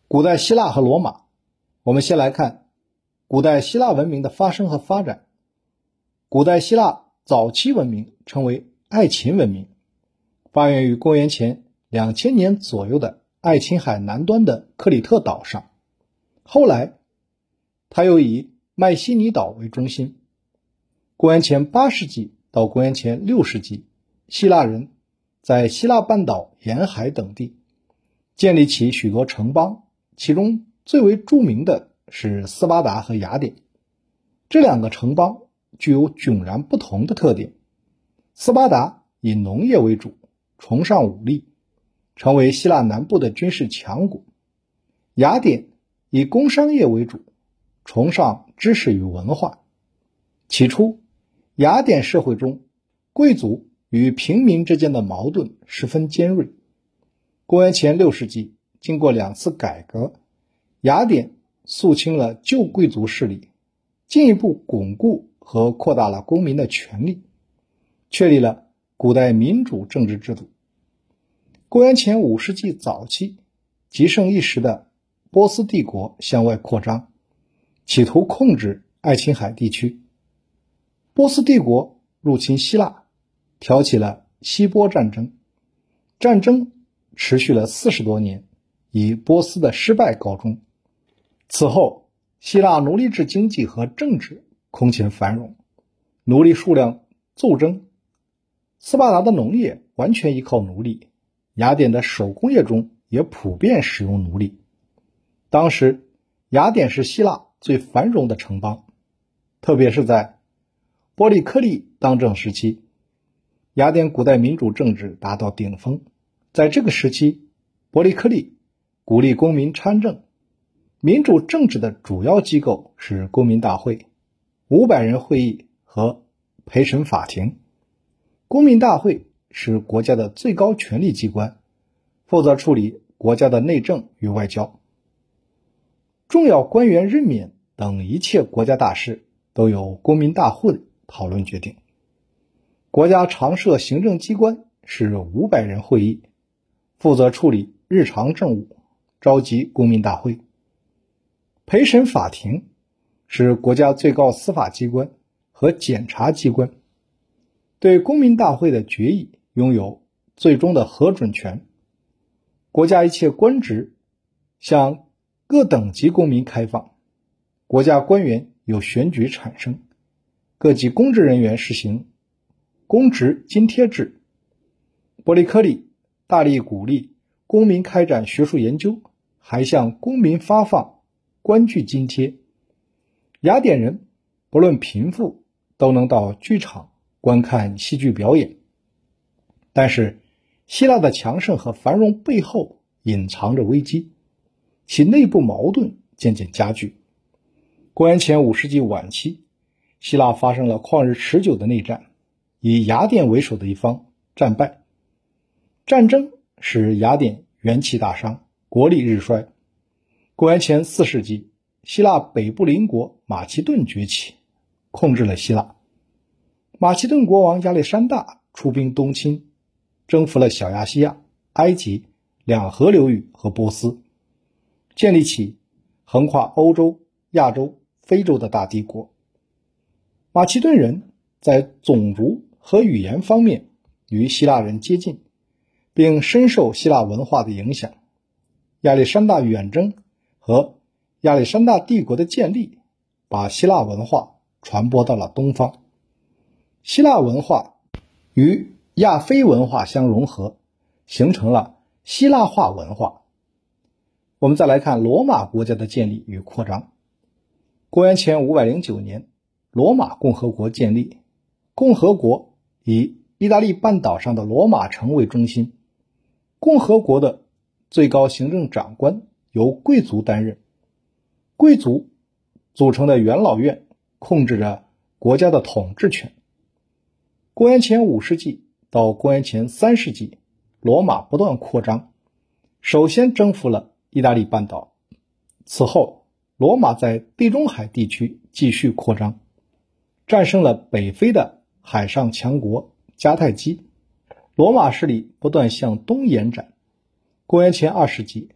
古代希腊和罗马，我们先来看古代希腊文明的发生和发展。古代希腊早期文明称为爱琴文明，发源于公元前2000年左右的爱琴海南端的克里特岛上。后来它又以迈锡尼岛为中心。公元前8世纪到公元前6世纪，希腊人在希腊半岛沿海等地建立起许多城邦，其中最为著名的是斯巴达和雅典。这两个城邦具有迥然不同的特点。斯巴达以农业为主，崇尚武力，成为希腊南部的军事强国。雅典以工商业为主，崇尚知识与文化。起初，雅典社会中贵族与平民之间的矛盾十分尖锐。公元前6世纪，经过2次改革，雅典肃清了旧贵族势力，进一步巩固和扩大了公民的权利，确立了古代民主政治制度。公元前5世纪早期，极盛一时的波斯帝国向外扩张，企图控制爱琴海地区。波斯帝国入侵希腊，挑起了希波战争，战争持续了40多年，以波斯的失败告终。此后，希腊奴隶制经济和政治空前繁荣，奴隶数量骤增。斯巴达的农业完全依靠奴隶，雅典的手工业中也普遍使用奴隶。当时，雅典是希腊最繁荣的城邦，特别是在波利克利当政时期，雅典古代民主政治达到顶峰。在这个时期，伯利克利鼓励公民参政，民主政治的主要机构是公民大会、500人会议和陪审法庭。公民大会是国家的最高权力机关，负责处理国家的内政与外交。重要官员任免等一切国家大事都由公民大会讨论决定。国家常设行政机关是500人会议，负责处理日常政务，召集公民大会。陪审法庭是国家最高司法机关和检察机关，对公民大会的决议拥有最终的核准权。国家一切官职向各等级公民开放，国家官员由选举产生，各级公职人员实行公职津贴制。伯利克利大力鼓励公民开展学术研究，还向公民发放官具津贴。雅典人不论贫富都能到剧场观看戏剧表演。但是希腊的强盛和繁荣背后隐藏着危机，其内部矛盾渐渐加剧。公元前5世纪晚期，希腊发生了旷日持久的内战，以雅典为首的一方战败。战争使雅典元气大伤，国力日衰。公元前4世纪，希腊北部邻国马其顿崛起，控制了希腊。马其顿国王亚历山大出兵东侵，征服了小亚细亚、埃及、两河流域和波斯，建立起横跨欧洲、亚洲、非洲的大帝国。马其顿人在种族和语言方面与希腊人接近，并深受希腊文化的影响。亚历山大远征和亚历山大帝国的建立把希腊文化传播到了东方。希腊文化与亚非文化相融合，形成了希腊化文化。我们再来看罗马国家的建立与扩张。公元前509年，罗马共和国建立。共和国以意大利半岛上的罗马城为中心。共和国的最高行政长官由贵族担任。贵族组成的元老院控制着国家的统治权。公元前5世纪到公元前3世纪，罗马不断扩张，首先征服了意大利半岛，此后罗马在地中海地区继续扩张，战胜了北非的海上强国迦太基。罗马势力不断向东延展。公元前2世纪，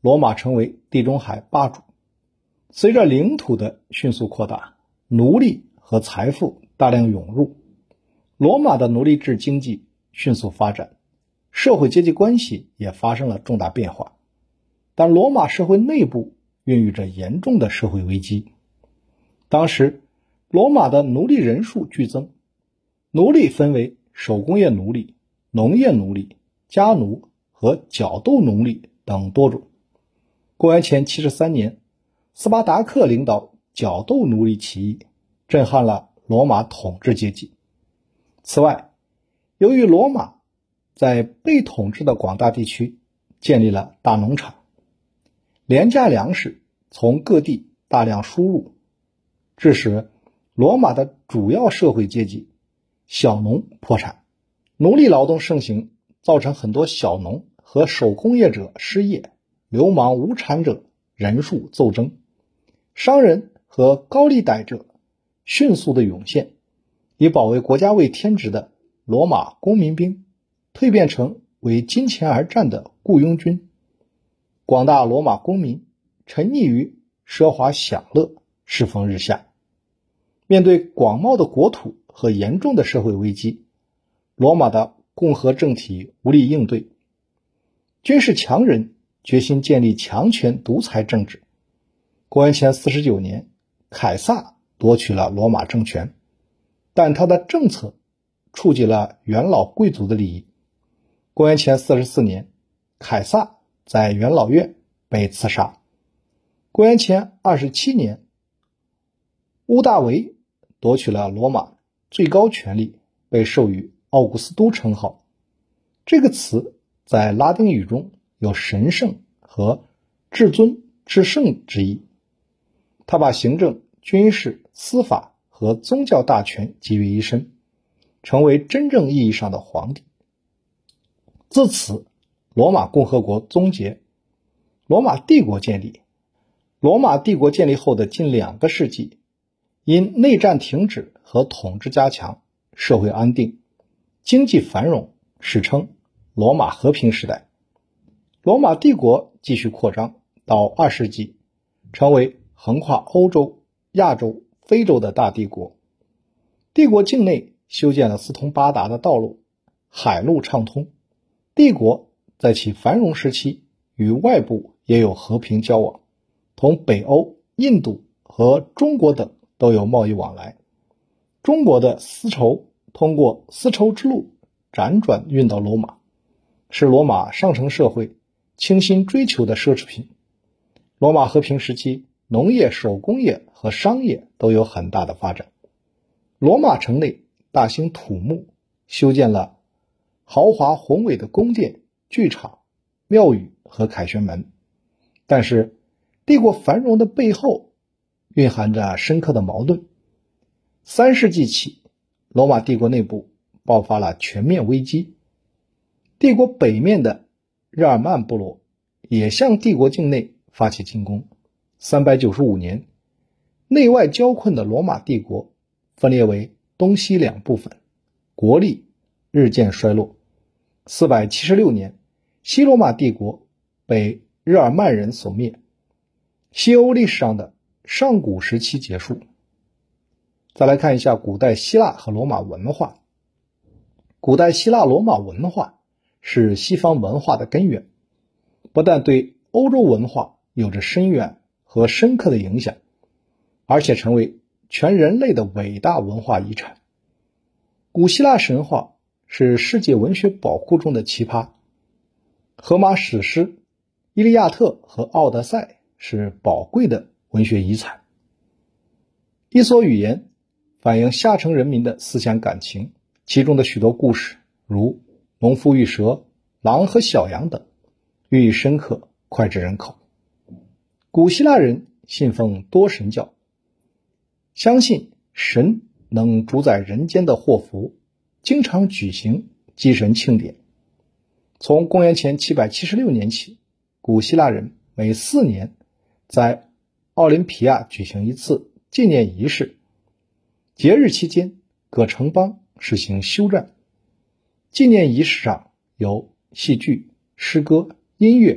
罗马成为地中海霸主。随着领土的迅速扩大，奴隶和财富大量涌入，罗马的奴隶制经济迅速发展，社会阶级关系也发生了重大变化。但罗马社会内部孕育着严重的社会危机。当时罗马的奴隶人数剧增，奴隶分为手工业奴隶、农业奴隶、家奴和角斗奴隶等多种。公元前73年，斯巴达克领导角斗奴隶起义，震撼了罗马统治阶级。此外，由于罗马在被统治的广大地区建立了大农场，廉价粮食从各地大量输入，致使罗马的主要社会阶级小农破产，奴隶劳动盛行，造成很多小农和手工业者失业，流氓无产者人数骤增，商人和高利贷者迅速的涌现，以保卫国家为天职的罗马公民兵蜕变成为金钱而战的雇佣军。广大罗马公民沉溺于奢华享乐，世风日下。面对广袤的国土和严重的社会危机，罗马的共和政体无力应对，军事强人决心建立强权独裁政治。公元前49年，凯撒夺取了罗马政权，但他的政策触及了元老贵族的利益。公元前44年，凯撒在元老院被刺杀。公元前27年，屋大维夺取了罗马最高权力，被授予奥古斯都称号。这个词在拉丁语中有神圣和至尊至圣之意。他把行政、军事、司法和宗教大权集于一身，成为真正意义上的皇帝。自此，罗马共和国终结，罗马帝国建立。罗马帝国建立后的近2个世纪，因内战停止和统治加强，社会安定，经济繁荣，史称罗马和平时代。罗马帝国继续扩张，到2世纪，成为横跨欧洲、亚洲、非洲的大帝国。帝国境内修建了四通八达的道路，海陆畅通。帝国在其繁荣时期与外部也有和平交往，同北欧、印度和中国等都有贸易往来。中国的丝绸通过丝绸之路辗转运到罗马，是罗马上层社会倾心追求的奢侈品。罗马和平时期，农业、手工业和商业都有很大的发展。罗马城内大兴土木，修建了豪华宏伟的宫殿、剧场、庙宇和凯旋门。但是帝国繁荣的背后蕴含着深刻的矛盾。3世纪起，罗马帝国内部爆发了全面危机。帝国北面的日耳曼部落也向帝国境内发起进攻。395年，内外交困的罗马帝国分裂为东西2部分，国力日渐衰落。476年，西罗马帝国被日耳曼人所灭，西欧历史上的上古时期结束。再来看一下古代希腊和罗马文化。古代希腊罗马文化是西方文化的根源，不但对欧洲文化有着深远和深刻的影响，而且成为全人类的伟大文化遗产。古希腊神话是世界文学宝库中的奇葩，荷马史诗、伊利亚特和奥德赛是宝贵的文学遗产。伊索寓言反映下层人民的思想感情，其中的许多故事，如农夫与蛇、狼和小羊等，寓意深刻，脍炙人口。古希腊人信奉多神教，相信神能主宰人间的祸福，经常举行祭神庆典。从公元前776年起，古希腊人每4年在奥林匹亚举行一次纪念仪式，节日期间各城邦实行休战。纪念仪式上有戏剧、诗歌、音乐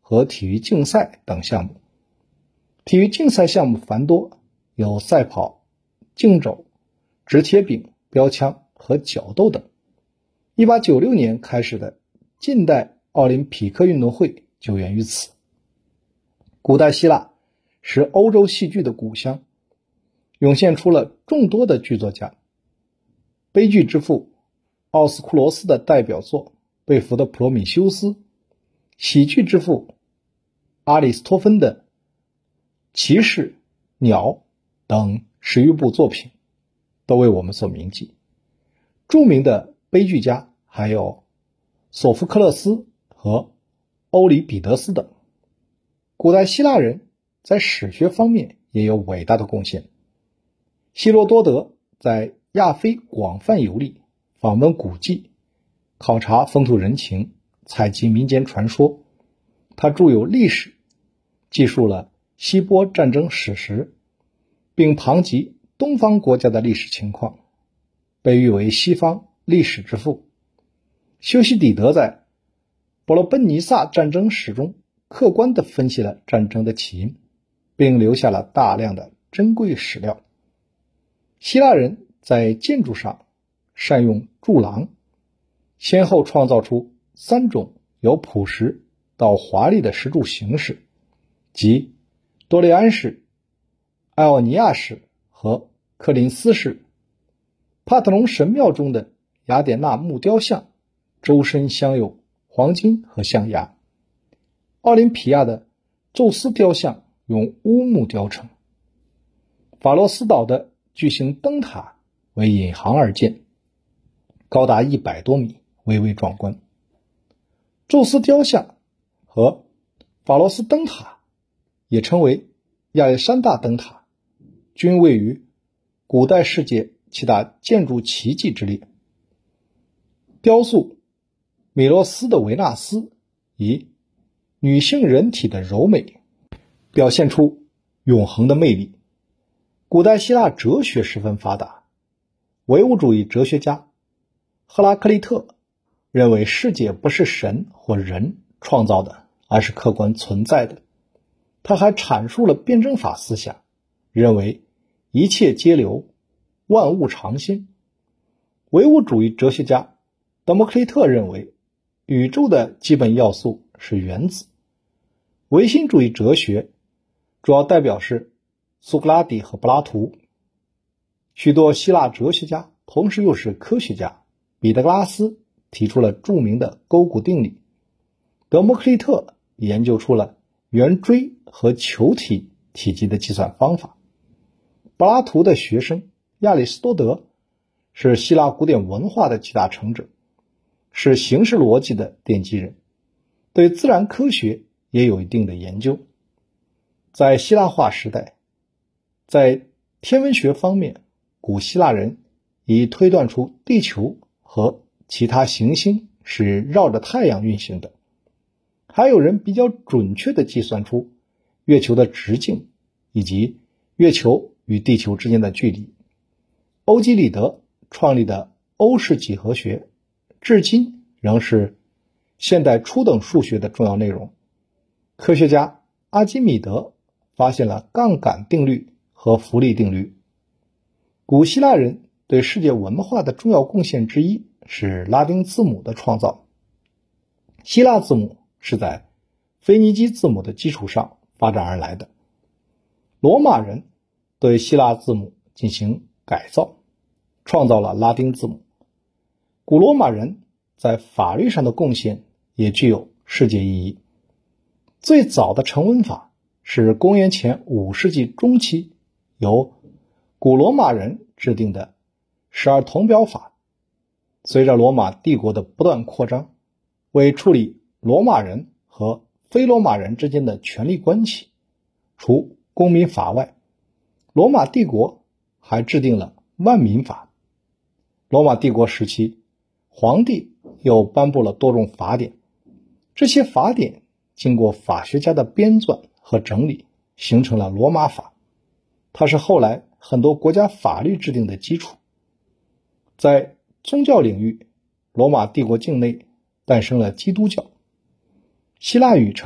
和体育竞赛等项目。体育竞赛项目繁多，有赛跑、竞走、掷铁饼、标枪和角斗等。1896年开始的近代奥林匹克运动会就源于此。古代希腊是欧洲戏剧的故乡，涌现出了众多的剧作家。悲剧之父奥斯库罗斯的代表作《被俘的普罗米修斯》，喜剧之父阿里斯托芬的《骑士》《鸟》等10余部作品都为我们所铭记。著名的悲剧家还有索福克勒斯和欧里彼得斯等。古代希腊人在史学方面也有伟大的贡献。希罗多德在亚非广泛游历，访问古迹，考察风土人情，采集民间传说。他著有《历史》，记述了希波战争史实，并旁及东方国家的历史情况，被誉为西方历史之父。修昔底德在伯罗奔尼撒战争史中客观地分析了战争的起因，并留下了大量的珍贵史料。希腊人在建筑上善用柱廊，先后创造出3种由朴实到华丽的石柱形式，即多利安式、艾奥尼亚式和柯林斯式。帕特农神庙中的雅典娜木雕像周身镶有黄金和象牙。奥林匹亚的宙斯雕像用乌木雕成。法罗斯岛的巨型灯塔为引航而建，高达100多米，巍巍壮观。宙斯雕像和法罗斯灯塔也称为亚历山大灯塔，均位于古代世界7大建筑奇迹之列。雕塑米洛斯的维纳斯以女性人体的柔美表现出永恒的魅力。古代希腊哲学十分发达，唯物主义哲学家赫拉克利特认为世界不是神或人创造的，而是客观存在的。他还阐述了辩证法思想，认为一切皆流，万物常新。唯物主义哲学家德谟克利特认为宇宙的基本要素是原子。唯心主义哲学主要代表是苏格拉底和柏拉图。许多希腊哲学家同时又是科学家，彼得格拉斯提出了著名的勾股定理，德谟克利特研究出了圆锥和球体体积的计算方法。柏拉图的学生亚里士多德是希腊古典文化的集大成者，是形式逻辑的奠基人，对自然科学也有一定的研究。在希腊化时代，在天文学方面，古希腊人已推断出地球和其他行星是绕着太阳运行的，还有人比较准确地计算出月球的直径以及月球与地球之间的距离。欧几里得创立的欧式几何学至今仍是现代初等数学的重要内容。科学家阿基米德发现了杠杆定律和浮力定律。古希腊人对世界文化的重要贡献之一是拉丁字母的创造。希腊字母是在腓尼基字母的基础上发展而来的。罗马人对希腊字母进行改造，创造了拉丁字母。古罗马人在法律上的贡献也具有世界意义。最早的成文法是公元前5世纪中期由古罗马人制定的12铜表法。随着罗马帝国的不断扩张，为处理罗马人和非罗马人之间的权力关系，除公民法外，罗马帝国还制定了万民法。罗马帝国时期，皇帝又颁布了多种法典，这些法典经过法学家的编纂和整理，形成了罗马法。它是后来很多国家法律制定的基础。在宗教领域，罗马帝国境内诞生了基督教。希腊语称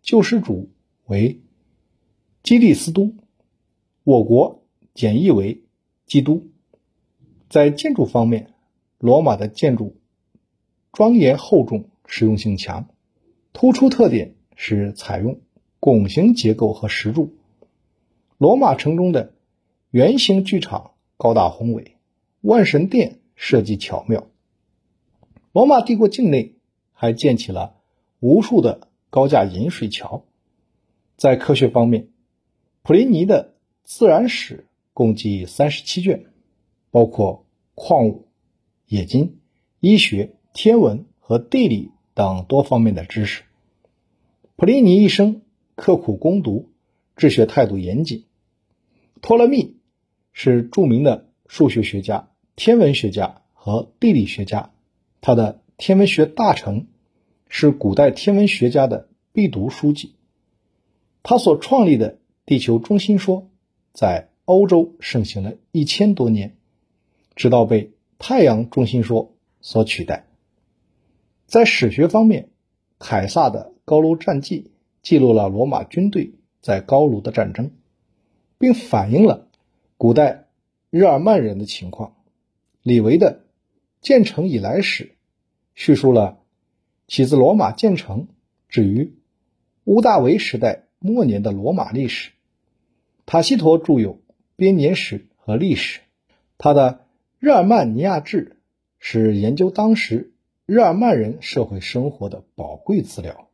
救世主为基利斯都，我国简译为基督。在建筑方面，罗马的建筑庄严厚重，实用性强，突出特点是采用拱形结构和石柱。罗马城中的圆形剧场高大宏伟，万神殿设计巧妙。罗马帝国境内还建起了无数的高架引水桥。在科学方面，普林尼的自然史共计37卷，包括矿物、冶金、医学、天文和地理等多方面的知识。普林尼一生刻苦攻读，治学态度严谨。托勒密是著名的数学学家、天文学家和地理学家，他的《天文学大成》是古代天文学家的必读书籍。他所创立的地球中心说在欧洲盛行了1000多年，直到被太阳中心说所取代。在史学方面，凯撒的高卢战记记录了罗马军队在高卢的战争，并反映了古代日耳曼人的情况。李维的建成以来史叙述了起自罗马建成至于屋大维时代末年的罗马历史。塔西佗著有编年史和历史，他的日耳曼尼亚志是研究当时日耳曼人社会生活的宝贵资料。